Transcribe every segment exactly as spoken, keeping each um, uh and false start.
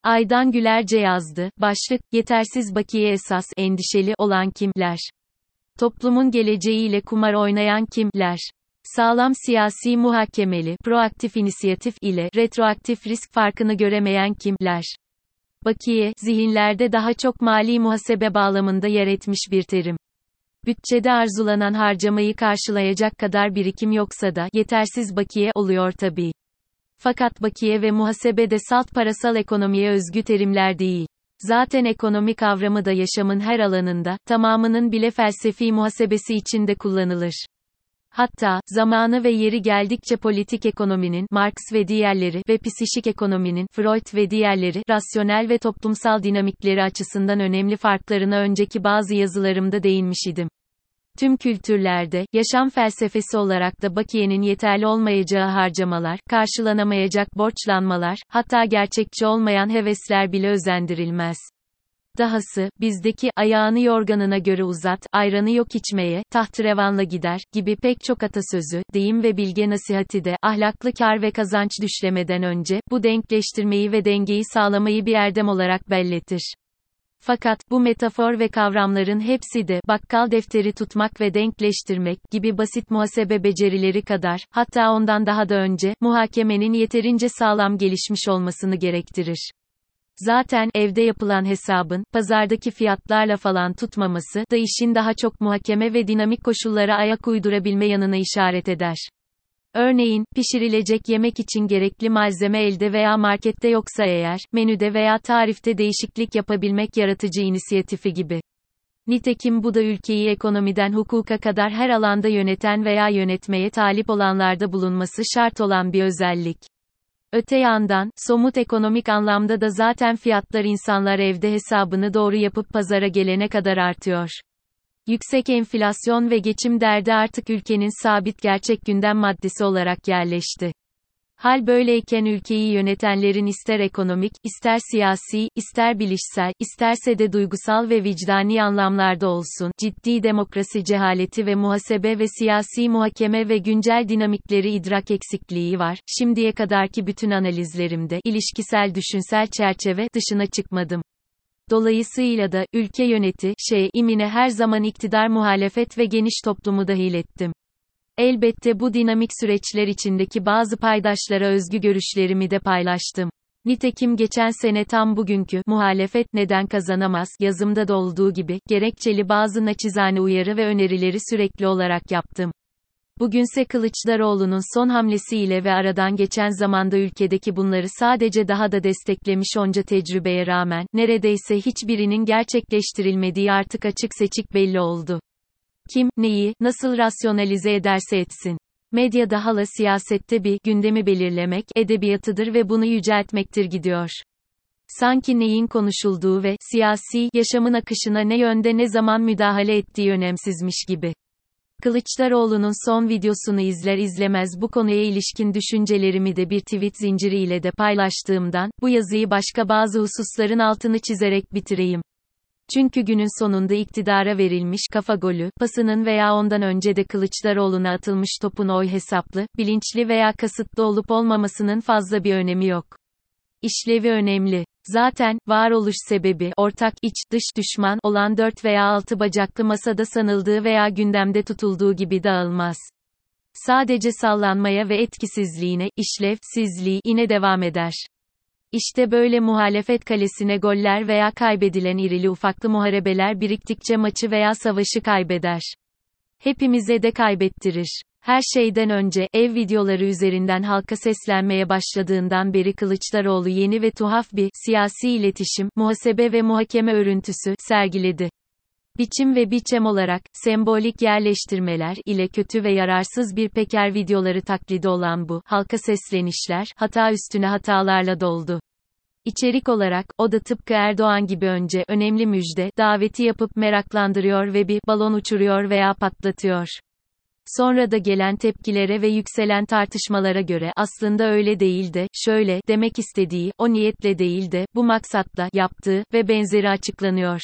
Aydan Gülerce yazdı. Başlık, yetersiz bakiye esas endişeli olan kimler? Toplumun geleceğiyle kumar oynayan kimler? Sağlam siyasi muhakemeli, proaktif inisiyatif ile retroaktif risk farkını göremeyen kimler? Bakiye, zihinlerde daha çok mali muhasebe bağlamında yer etmiş bir terim. Bütçede arzulanan harcamayı karşılayacak kadar birikim yoksa da, yetersiz bakiye oluyor tabii. Fakat bakiye ve muhasebe de salt parasal ekonomiye özgü terimler değil. Zaten ekonomi kavramı da yaşamın her alanında, tamamının bile felsefi muhasebesi içinde kullanılır. Hatta, zamanı ve yeri geldikçe politik ekonominin, Marx ve diğerleri ve psişik ekonominin, Freud ve diğerleri, rasyonel ve toplumsal dinamikleri açısından önemli farklarına önceki bazı yazılarımda değinmiş idim. Tüm kültürlerde, yaşam felsefesi olarak da bakiyenin yeterli olmayacağı harcamalar, karşılanamayacak borçlanmalar, hatta gerçekçi olmayan hevesler bile özendirilmez. Dahası, bizdeki, ayağını yorganına göre uzat, ayranı yok içmeye, tahtrevanla gider, gibi pek çok atasözü, deyim ve bilge nasihati de, ahlaklı kar ve kazanç düşlemeden önce, bu denkleştirmeyi ve dengeyi sağlamayı bir erdem olarak belletir. Fakat, bu metafor ve kavramların hepsi de, bakkal defteri tutmak ve denkleştirmek, gibi basit muhasebe becerileri kadar, hatta ondan daha da önce, muhakemenin yeterince sağlam gelişmiş olmasını gerektirir. Zaten, evde yapılan hesabın, pazardaki fiyatlarla falan tutmaması, da işin daha çok muhakeme ve dinamik koşullara ayak uydurabilme yanına işaret eder. Örneğin, pişirilecek yemek için gerekli malzeme elde veya markette yoksa eğer, menüde veya tarifte değişiklik yapabilmek yaratıcı inisiyatifi gibi. Nitekim bu da ülkeyi ekonomiden hukuka kadar her alanda yöneten veya yönetmeye talip olanlarda bulunması şart olan bir özellik. Öte yandan, somut ekonomik anlamda da zaten fiyatlar insanlar evde hesabını doğru yapıp pazara gelene kadar artıyor. Yüksek enflasyon ve geçim derdi artık ülkenin sabit gerçek gündem maddesi olarak yerleşti. Hal böyleyken ülkeyi yönetenlerin ister ekonomik, ister siyasi, ister bilişsel, isterse de duygusal ve vicdani anlamlarda olsun, ciddi demokrasi cehaleti ve muhasebe ve siyasi muhakeme ve güncel dinamikleri idrak eksikliği var. Şimdiye kadarki bütün analizlerimde, ilişkisel düşünsel çerçeve, dışına çıkmadım. Dolayısıyla da, ülke yöneti, şey, imine her zaman iktidar muhalefet ve geniş toplumu dahil ettim. Elbette bu dinamik süreçler içindeki bazı paydaşlara özgü görüşlerimi de paylaştım. Nitekim geçen sene tam bugünkü, muhalefet neden kazanamaz, yazımda da olduğu gibi, gerekçeli bazı naçizane uyarı ve önerileri sürekli olarak yaptım. Bugünse Kılıçdaroğlu'nun son hamlesiyle ve aradan geçen zamanda ülkedeki bunları sadece daha da desteklemiş onca tecrübeye rağmen, neredeyse hiçbirinin gerçekleştirilmediği artık açık seçik belli oldu. Kim, neyi, nasıl rasyonalize ederse etsin. Medyada hala siyasette bir, gündemi belirlemek, edebiyatıdır ve bunu yüceltmektir gidiyor. Sanki neyin konuşulduğu ve, siyasi, yaşamın akışına ne yönde ne zaman müdahale ettiği önemsizmiş gibi. Kılıçdaroğlu'nun son videosunu izler izlemez bu konuya ilişkin düşüncelerimi de bir tweet zinciriyle de paylaştığımdan, bu yazıyı başka bazı hususların altını çizerek bitireyim. Çünkü günün sonunda iktidara verilmiş kafa golü, pasının veya ondan önce de Kılıçdaroğlu'na atılmış topun oy hesaplı, bilinçli veya kasıtlı olup olmamasının fazla bir önemi yok. İşlevi önemli. Zaten, varoluş sebebi, ortak, iç, dış düşman olan dört veya altı bacaklı masada sanıldığı veya gündemde tutulduğu gibi dağılmaz. Sadece sallanmaya ve etkisizliğine, işlevsizliğine devam eder. İşte böyle muhalefet kalesine goller veya kaybedilen irili ufaklı muharebeler biriktikçe maçı veya savaşı kaybeder. Hepimize de kaybettirir. Her şeyden önce, ev videoları üzerinden halka seslenmeye başladığından beri Kılıçdaroğlu yeni ve tuhaf bir, siyasi iletişim, muhasebe ve muhakeme örüntüsü, sergiledi. Biçim ve biçem olarak, sembolik yerleştirmeler ile kötü ve yararsız bir Peker videoları taklidi olan bu, halka seslenişler, hata üstüne hatalarla doldu. İçerik olarak, o da tıpkı Erdoğan gibi önce, önemli müjde, daveti yapıp meraklandırıyor ve bir, balon uçuruyor veya patlatıyor. Sonra da gelen tepkilere ve yükselen tartışmalara göre, aslında öyle değil de, şöyle, demek istediği, o niyetle değil de, bu maksatla, yaptığı, ve benzeri açıklanıyor.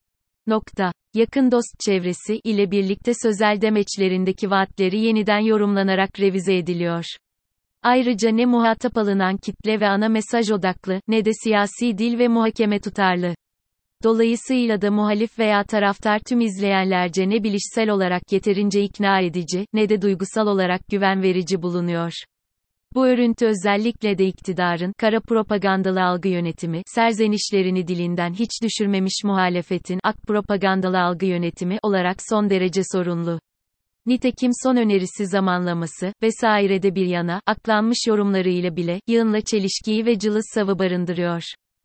Nokta. Yakın dost çevresi ile birlikte sözel demeçlerindeki vaatleri yeniden yorumlanarak revize ediliyor. Ayrıca ne muhatap alınan kitle ve ana mesaj odaklı, ne de siyasi dil ve muhakeme tutarlı. Dolayısıyla da muhalif veya taraftar tüm izleyenlerce ne bilişsel olarak yeterince ikna edici, ne de duygusal olarak güven verici bulunuyor. Bu örüntü özellikle de iktidarın, kara propagandalı algı yönetimi, serzenişlerini dilinden hiç düşürmemiş muhalefetin, ak propagandalı algı yönetimi, olarak son derece sorunlu. Nitekim son önerisi zamanlaması, vesairede bir yana, aklanmış yorumlarıyla bile, yığınla çelişkiyi ve cılız savı barındırıyor.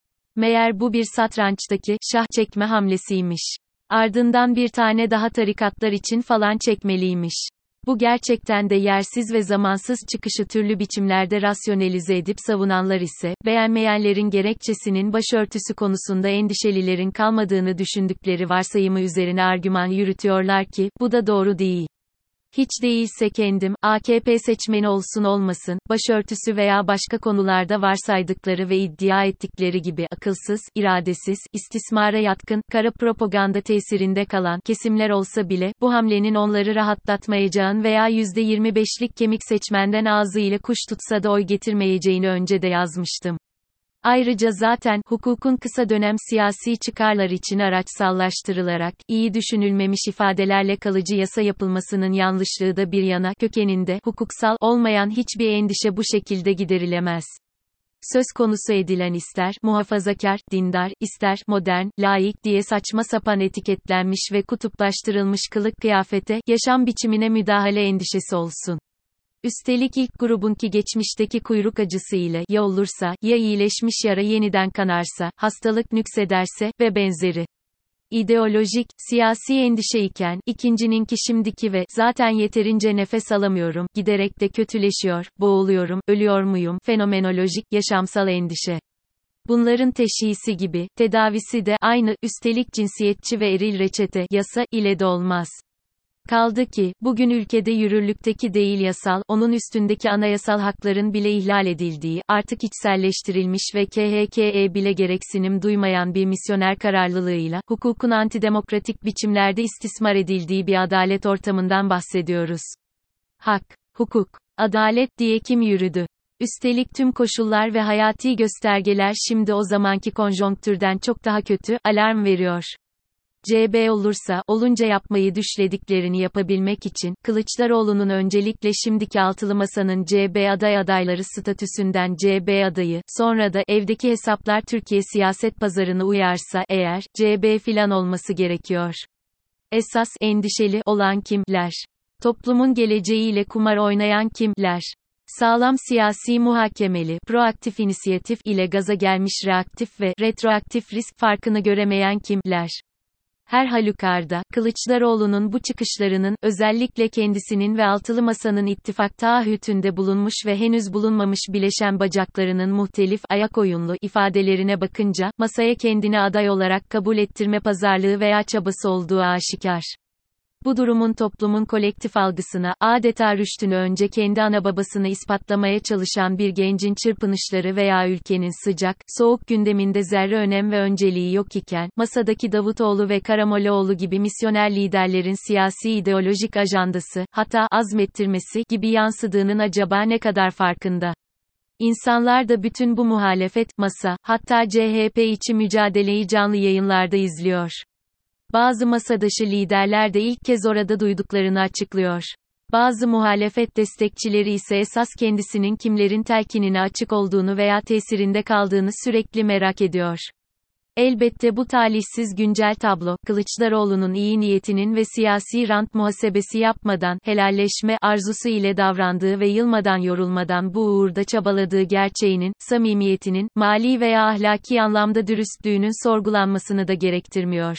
Meğer bu bir satrançtaki, şah çekme hamlesiymiş. Ardından bir tane daha tarikatlar için falan çekmeliymiş. Bu gerçekten de yersiz ve zamansız çıkışı türlü biçimlerde rasyonelize edip savunanlar ise, beğenmeyenlerin gerekçesinin başörtüsü konusunda endişelilerin kalmadığını düşündükleri varsayımı üzerine argüman yürütüyorlar ki, bu da doğru değil. Hiç değilse kendim, A K P seçmeni olsun olmasın, başörtüsü veya başka konularda varsaydıkları ve iddia ettikleri gibi akılsız, iradesiz, istismara yatkın, kara propaganda tesirinde kalan kesimler olsa bile, bu hamlenin onları rahatlatmayacağın veya yüzde yirmi beşlik kemik seçmenden ağzıyla kuş tutsa da oy getirmeyeceğini önce de yazmıştım. Ayrıca zaten, hukukun kısa dönem siyasi çıkarlar için araçsallaştırılarak, iyi düşünülmemiş ifadelerle kalıcı yasa yapılmasının yanlışlığı da bir yana, kökeninde, hukuksal olmayan hiçbir endişe bu şekilde giderilemez. Söz konusu edilen ister, muhafazakar, dindar, ister, modern, laik diye saçma sapan etiketlenmiş ve kutuplaştırılmış kılık kıyafete, yaşam biçimine müdahale endişesi olsun. Üstelik ilk grubunki geçmişteki kuyruk acısı ile, ya olursa, ya iyileşmiş yara yeniden kanarsa, hastalık nüksederse, ve benzeri. İdeolojik, siyasi endişe iken, ikincininki şimdiki ve, zaten yeterince nefes alamıyorum, giderek de kötüleşiyor, boğuluyorum, ölüyor muyum, fenomenolojik, yaşamsal endişe. Bunların teşhisi gibi, tedavisi de, aynı, üstelik cinsiyetçi ve eril reçete, yasa, ile de olmaz. Kaldı ki, bugün ülkede yürürlükteki değil yasal, onun üstündeki anayasal hakların bile ihlal edildiği, artık içselleştirilmiş ve K H K E bile gereksinim duymayan bir misyoner kararlılığıyla, hukukun antidemokratik biçimlerde istismar edildiği bir adalet ortamından bahsediyoruz. Hak, hukuk, adalet diye kim yürüdü? Üstelik tüm koşullar ve hayati göstergeler şimdi o zamanki konjonktürden çok daha kötü, alarm veriyor. C B olursa, olunca yapmayı düşlediklerini yapabilmek için, Kılıçdaroğlu'nun öncelikle şimdiki altılı masanın C B aday adayları statüsünden C B adayı, sonra da, evdeki hesaplar Türkiye siyaset pazarını uyarsa, eğer, C B filan olması gerekiyor. Esas, endişeli, olan kimler? Toplumun geleceğiyle kumar oynayan kimler? Sağlam siyasi muhakemeli, proaktif inisiyatif ile gaza gelmiş reaktif ve, retroaktif risk farkını göremeyen kimler? Her halükarda, Kılıçdaroğlu'nun bu çıkışlarının, özellikle kendisinin ve altılı masanın ittifak taahhütünde bulunmuş ve henüz bulunmamış bileşen bacaklarının muhtelif, ayak oyunlu ifadelerine bakınca, masaya kendini aday olarak kabul ettirme pazarlığı veya çabası olduğu aşikar. Bu durumun toplumun kolektif algısına, adeta rüştünü önce kendi ana babasını ispatlamaya çalışan bir gencin çırpınışları veya ülkenin sıcak, soğuk gündeminde zerre önem ve önceliği yok iken, masadaki Davutoğlu ve Karamollaoğlu gibi misyoner liderlerin siyasi ideolojik ajandası, hatta azmettirmesi gibi yansıdığının acaba ne kadar farkında? İnsanlar da bütün bu muhalefet, masa, hatta C H P içi mücadeleyi canlı yayınlarda izliyor. Bazı masadaşı liderler de ilk kez orada duyduklarını açıklıyor. Bazı muhalefet destekçileri ise esas kendisinin kimlerin telkinine açık olduğunu veya tesirinde kaldığını sürekli merak ediyor. Elbette bu talihsiz güncel tablo, Kılıçdaroğlu'nun iyi niyetinin ve siyasi rant muhasebesi yapmadan, helalleşme arzusu ile davrandığı ve yılmadan yorulmadan bu uğurda çabaladığı gerçeğinin, samimiyetinin, mali veya ahlaki anlamda dürüstlüğünün sorgulanmasını da gerektirmiyor.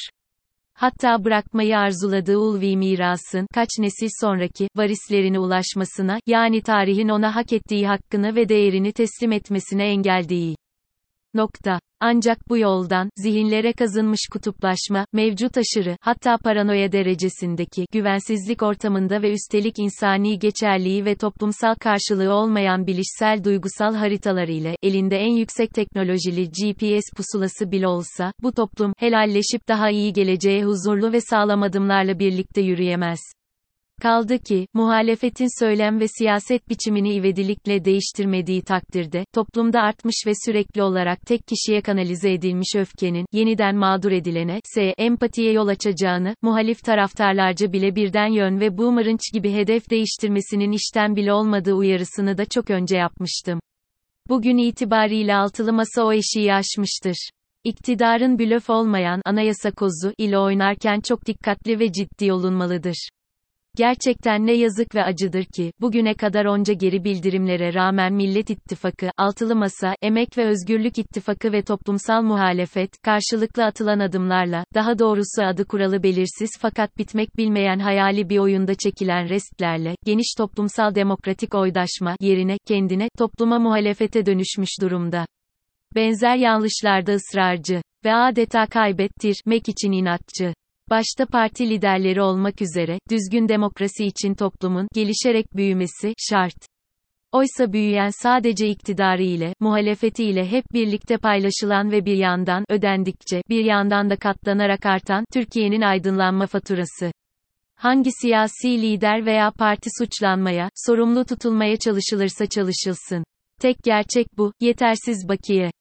Hatta bırakmayı arzuladığı ulvi mirasın, kaç nesil sonraki, varislerine ulaşmasına, yani tarihin ona hak ettiği hakkını ve değerini teslim etmesine engel değil. Nokta. Ancak bu yoldan, zihinlere kazınmış kutuplaşma, mevcut aşırı, hatta paranoya derecesindeki, güvensizlik ortamında ve üstelik insani geçerliği ve toplumsal karşılığı olmayan bilişsel duygusal haritalar ile, elinde en yüksek teknolojili G P S pusulası bile olsa, bu toplum, helalleşip daha iyi geleceğe huzurlu ve sağlam adımlarla birlikte yürüyemez. Kaldı ki, muhalefetin söylem ve siyaset biçimini ivedilikle değiştirmediği takdirde, toplumda artmış ve sürekli olarak tek kişiye kanalize edilmiş öfkenin, yeniden mağdur edilene, s. empatiye yol açacağını, muhalif taraftarlarca bile birden yön ve boomerang gibi hedef değiştirmesinin işten bile olmadığı uyarısını da çok önce yapmıştım. Bugün itibariyle altılı masa o eşiği aşmıştır. İktidarın blöf olmayan, anayasa kozu, ile oynarken çok dikkatli ve ciddi olunmalıdır. Gerçekten ne yazık ve acıdır ki, bugüne kadar onca geri bildirimlere rağmen Millet İttifakı, Altılı Masa, Emek ve Özgürlük İttifakı ve toplumsal muhalefet, karşılıklı atılan adımlarla, daha doğrusu adı kuralı belirsiz fakat bitmek bilmeyen hayali bir oyunda çekilen restlerle, geniş toplumsal demokratik oydaşma, yerine, kendine, topluma muhalefete dönüşmüş durumda. Benzer yanlışlarda ısrarcı ve adeta kaybettirmek için inatçı. Başta parti liderleri olmak üzere, düzgün demokrasi için toplumun, gelişerek büyümesi, şart. Oysa büyüyen sadece iktidarı ile, muhalefeti ile hep birlikte paylaşılan ve bir yandan, ödendikçe, bir yandan da katlanarak artan, Türkiye'nin aydınlanma faturası. Hangi siyasi lider veya parti suçlanmaya, sorumlu tutulmaya çalışılırsa çalışılsın. Tek gerçek bu, yetersiz bakiye.